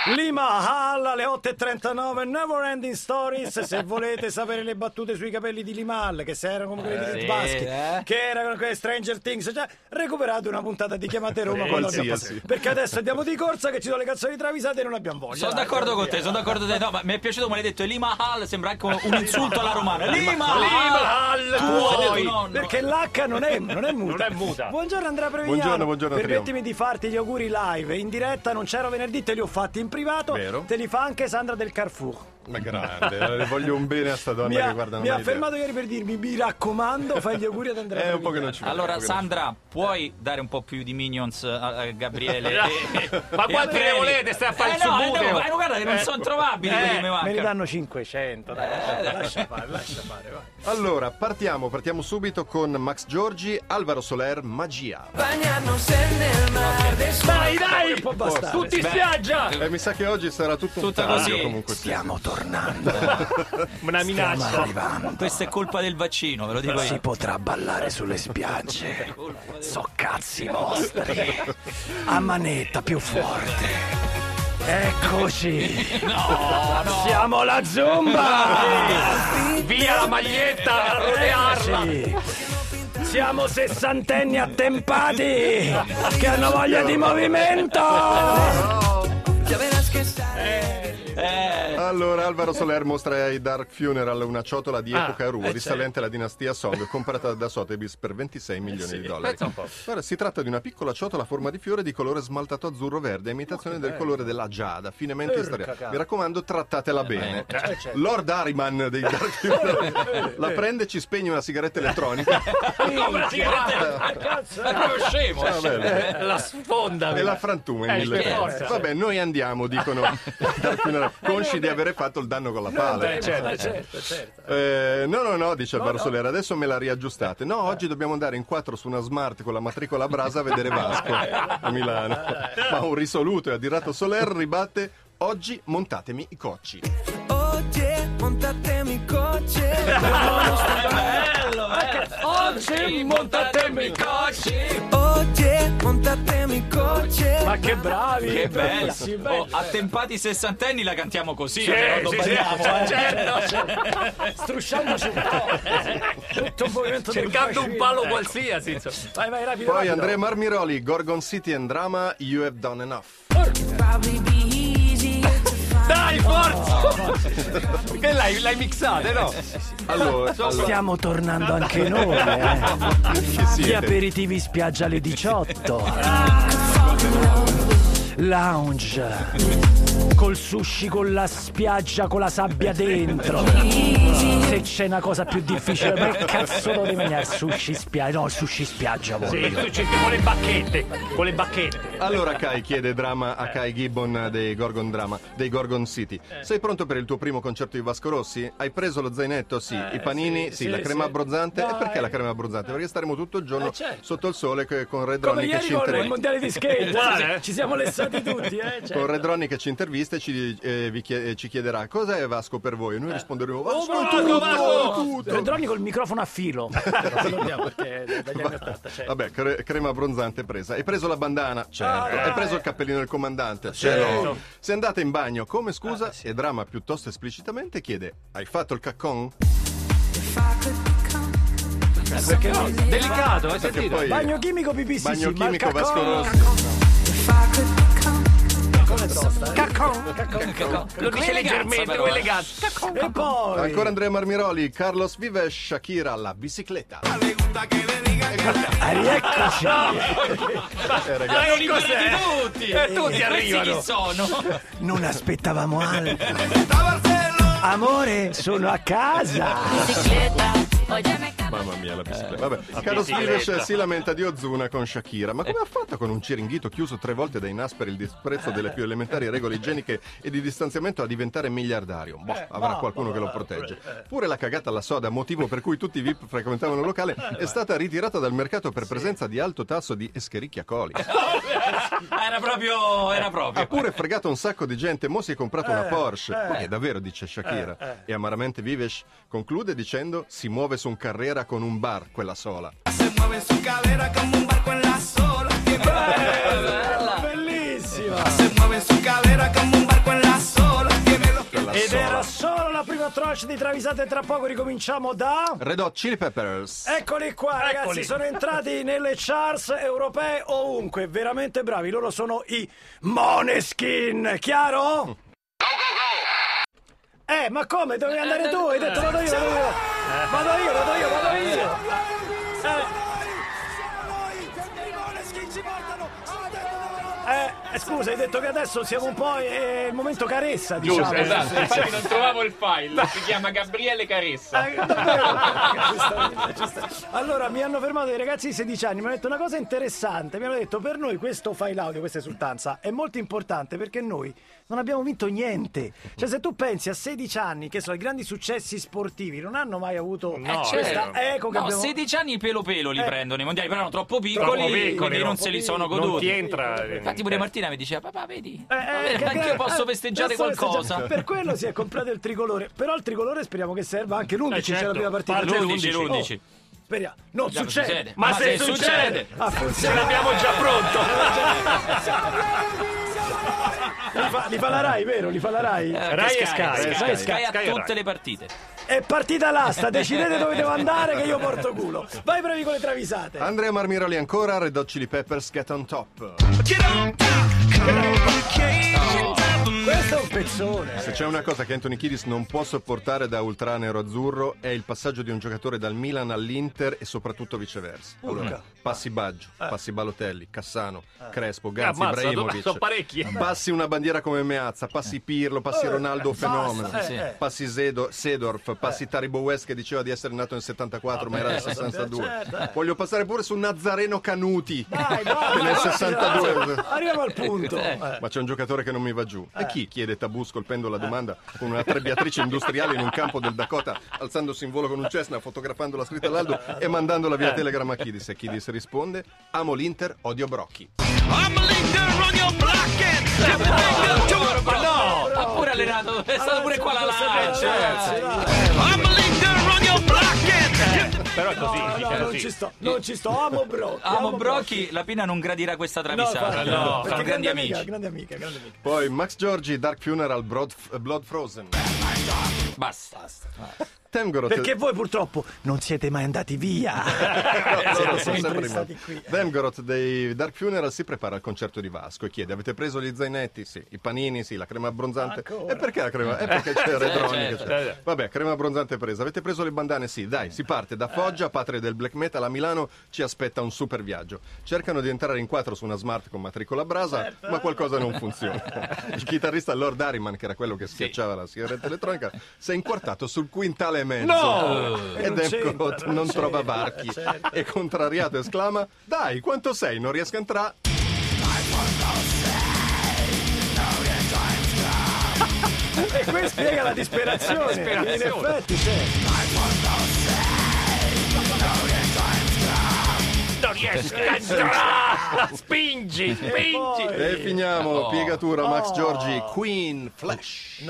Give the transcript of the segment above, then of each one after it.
Lima Hall alle 8:39, Never Ending Stories. Se volete sapere le battute sui capelli di Lima Hall, che se erano come quelli di Red Basket, che erano quelle Stranger Things, cioè, recuperate una puntata di Chiamate Roma perché adesso andiamo di corsa che ci sono le canzoni travisate e non abbiamo voglia. Sono d'accordo con te, sono d'accordo con te. No, ma mi è piaciuto come l'hai detto, Lima Hall sembra anche un insulto alla romana. Lima Hall, perché l'H non è muta. Buongiorno Andrea Prevignano. Buongiorno. Permettimi di farti gli auguri live in diretta, non c'ero venerdì, te li ho fatti in privato. Vero? Te li fa anche Sandra del Carrefour. Ma grande, le voglio un bene a sta donna che guarda. Mi ha fermato ieri per dirmi: mi raccomando, fai gli auguri ad Andrea. È un po' che non ci vede. Allora, Sandra, puoi dare un po' più di Minions a Gabriele? Ma quanti ne volete? Stai a fare il subuteo? Guarda che non sono trovabili quelli che mi mancano. Me ne danno 500. Lascia fare, vai. Allora, partiamo subito con Max Giorgi, Alvaro Soler, Magia. Dai! Può bastare. Tutti in spiaggia! Mi sa che oggi sarà tutto un taglio, così. comunque. Stiamo tornando. Una minaccia. Stiamo arrivando. Questa è colpa del vaccino, ve lo dico Si io. potrà ballare sulle spiagge. So cazzi vostri. A manetta più forte. Eccoci. No. Siamo la Zumba. Via la maglietta, a rodearla! Sì. Siamo sessantenni attempati che hanno voglia di movimento. Allora, Alvaro Soler mostra ai Dark Funeral una ciotola di epoca Ru, risalente alla dinastia Song, comprata da Sotheby's per 26 milioni di dollari. Ora, si tratta di una piccola ciotola a forma di fiore di colore smaltato azzurro-verde, a imitazione del colore della giada, finemente instagliata. Mi raccomando, trattatela bene. Lord Harriman dei Dark Funeral la prende e ci spegne una sigaretta elettronica. È proprio scemo. La sfonda. E la frantuma in mille pezzi. Vabbè, noi andiamo, dicono Dark Funeral, consci di avere fatto il danno con la pala. Certo. No, dice Alvaro Soler, adesso me la riaggiustate. No, oggi dobbiamo andare in 4 su una Smart con la matricola a brasa a vedere Vasco a Milano. Ma un risoluto e addirato Soler ribatte: oggi montatemi i cocci. Oye, montatemi i cocci. Oggi montatemi i cocci! Oye, montatemi i cocci. Ma che bravi! Che bello! bello. Attempati sessantenni la cantiamo così. Certo. Strusciandoci un po'. Tutto un movimento Cercando un palo qualsiasi. Vai, rapido. Poi Andrea Marmiroli, Gorgon City and Drama, You Have Done Enough. Dai, forza! Che l'hai mixate, no? Allora, Stiamo tornando anche noi, Gli aperitivi spiaggia alle 18. Lounge. Col sushi, con la spiaggia, con la sabbia dentro. Se c'è una cosa più difficile, ma che cazzo lo devi mangiare? Sushi spiaggia? No, il sushi spiaggia voglio. Sì, con le bacchette. Allora Kai chiede Drama a Kai Gibbon dei Gorgon City. Sei pronto per il tuo primo concerto di Vasco Rossi? Hai preso lo zainetto? Sì. I panini? Sì. La crema abbronzante? E perché la crema abbronzante? Perché staremo tutto il giorno sotto il sole con Red Ronnie che ci Come ieri con il intervista. mondiale di skate. Ci siamo lessati tutti, Con Red Ronnie che ci intervista e ci chiederà cos'è Vasco per voi e noi risponderemo Vasco. Redroni col microfono a filo. Perché dagli anni 80 c'è. Vabbè, crema abbronzante presa. Hai preso la bandana? Certo. Hai preso il cappellino del comandante? Certo. Sei andata in bagno? Come scusa? E Drama piuttosto esplicitamente chiede: hai fatto il caccon? Perché no? Delicato, hai Perché sentito? poi Bagno chimico pipì sì, bagno sì, ma il chimico Vasco caccon- Rossi. Lo dice leggermente, lo elegante. E poi Ancora Andrea Marmiroli, Carlos Vives, Shakira, la bicicletta. rieccoci. Ragazzi, Sono liberati tutti! Tutti arrivano. Chi sono? Non aspettavamo altro. Amore, sono a casa. mamma mia, la bicicletta. Vabbè, Carlos Vives si lamenta di Ozuna con Shakira. Ma come ha fatto con un ciringhito chiuso 3 volte da inasperi il disprezzo delle più elementari regole igieniche e di distanziamento a diventare miliardario? Boh, avrà qualcuno che lo protegge. Pure la cagata alla soda, motivo per cui tutti i VIP frequentavano il locale, è stata ritirata dal mercato per presenza di alto tasso di escherichia-coli. Era proprio. Ha pure fregato un sacco di gente, mo si è comprato una Porsche. Poi davvero, dice Shakira. E amaramente Vives conclude dicendo: si muove su un Carrera con un bar, quella sola. Se mueve su cadera como un barco en la sola. Bellissima. Se mueve su cadera como un barco tranche di travisate, tra poco ricominciamo da Red Hot Chili Peppers. Eccoli qua, ragazzi, sono entrati nelle charts europee ovunque, veramente bravi, loro sono i Måneskin, chiaro? Ma come? Dovevi andare tu? Hai detto vado io. Scusa, hai detto che adesso siamo un po' il momento Caressa, diciamo. Giusto, esatto. Infatti non trovavo il file. Si chiama Gabriele Caressa. Allora, mi hanno fermato dei ragazzi di 16 anni, mi hanno detto una cosa interessante. Mi hanno detto, per noi questo file audio, questa esultanza è molto importante perché noi non abbiamo vinto niente. Cioè, se tu pensi a 16 anni, che sono i grandi successi sportivi, non hanno mai avuto questa eco che abbiamo... 16 anni pelo li prendono i mondiali, però erano troppo piccoli, quindi non se li sono goduti. Non ti entra. Infatti pure Martina mi diceva, papà, vedi, anch'io posso festeggiare qualcosa. Per quello si è comprato il tricolore, però il tricolore speriamo che serva anche l'11, c'è la prima partita. L'11. Speriamo. Non succede. Ma se succede. Ce l'abbiamo già pronto. Li fa la Rai, vero? Li fa la Rai? Rai e Sky a tutte le partite. È partita l'asta, decidete dove devo andare che io porto culo. Vai bravi con le travisate. Andrea Marmiroli ancora, Red Hot Chili Peppers, Get on Top. Questo è un pezzone. Se c'è una cosa che Anthony Kiedis non può sopportare da ultranero-azzurro è il passaggio di un giocatore dal Milan all'Inter e soprattutto viceversa. Allora, passi Baggio, passi Balotelli, Cassano, Crespo, Gazzi, Ibrahimovic. Sono parecchi. Passi una bandiera come Meazza, passi Pirlo, passi Ronaldo fenomeno, passi Sedorf, passi Taribo West che diceva di essere nato nel 74 ma era nel 62. Voglio passare pure su Nazareno Canuti che nel 62. Arriviamo al punto. Ma c'è un giocatore che non mi va giù. E chi? Chiede Tabù scolpendo la domanda con una trebbiatrice industriale in un campo del Dakota, alzandosi in volo con un Cessna, fotografando la scritta all'aldo e mandandola via Telegram a Kiedis. E Kiedis risponde: amo l'Inter, odio Brocchi. Ha pure allenato, è stato pure qua la lancia. Però è così. Non ci sto. Amo Brocchi. Amo Brocchi, la Pina non gradirà questa travisata. No, sono grandi amici. Grandi amiche. Poi Max Giorgi, Dark Funeral, Blood Frozen. Basta. Temgoroth. Perché voi purtroppo non siete mai andati via. Siete sempre stati qui. Temgoroth dei Dark Funeral si prepara al concerto di Vasco e chiede: avete preso gli zainetti? Sì. I panini? Sì. La crema abbronzante? E perché la crema? È perché c'è Redroni. Vabbè, crema abbronzante presa. Avete preso le bandane? Sì. Dai, si parte da Foggia, patria del black metal, a Milano ci aspetta un super viaggio. Cercano di entrare in quattro su una Smart con matricola brasa, ma qualcosa non funziona. Il chitarrista Lord Harriman, che era quello che schiacciava la sigaretta elettronica, si è inquartato sul quintale e mezzo. No! E Temgoroth non trova varchi e contrariato esclama: dai, quanto sei? Non riesco a entrare. E qui spiega la disperazione. In effetti c'è. Non riesco a entrare! Spingi! E finiamo, piegatura Max Giorgi, Queen, Flash.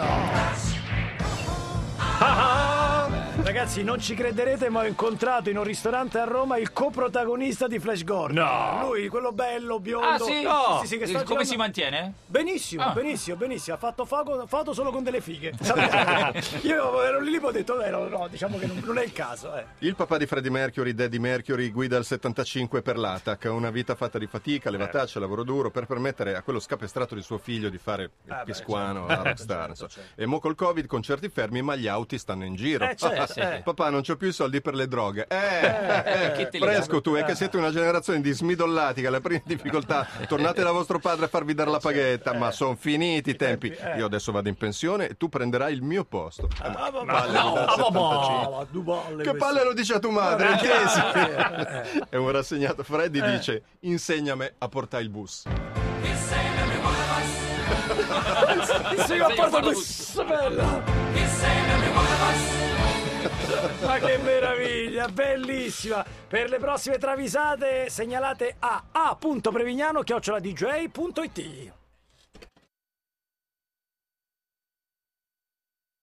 Ragazzi, non ci crederete, ma ho incontrato in un ristorante a Roma il coprotagonista di Flash Gordon. No! Lui, quello bello, biondo. Sì? Sì, che sta Come girando... si mantiene? Benissimo. Ha fatto foto solo con delle fighe. Io ero lì e ho detto, no, diciamo che non è il caso. Il papà di Freddie Mercury, Daddy Mercury, guida il 75 per l'ATAC. Una vita fatta di fatica, levataccia, lavoro duro, per permettere a quello scapestrato di suo figlio di fare il piscuano, la rockstar. E mo col Covid, concerti fermi, ma gli auti stanno in giro. Papà, non c'ho più i soldi per le droghe. Fresco tu, è che siete una generazione di smidollati che alle prime difficoltà tornate da vostro padre a farvi dare la paghetta, ma sono finiti i tempi. Io adesso vado in pensione e tu prenderai il mio posto. Che palle lo dice a tua madre, intesi? È un rassegnato. Freddy dice: insegnami a portare il bus. Insegna a portare il bus, bello. Ma che meraviglia, bellissima. Per le prossime travisate segnalate a a.prevignano@dj.it.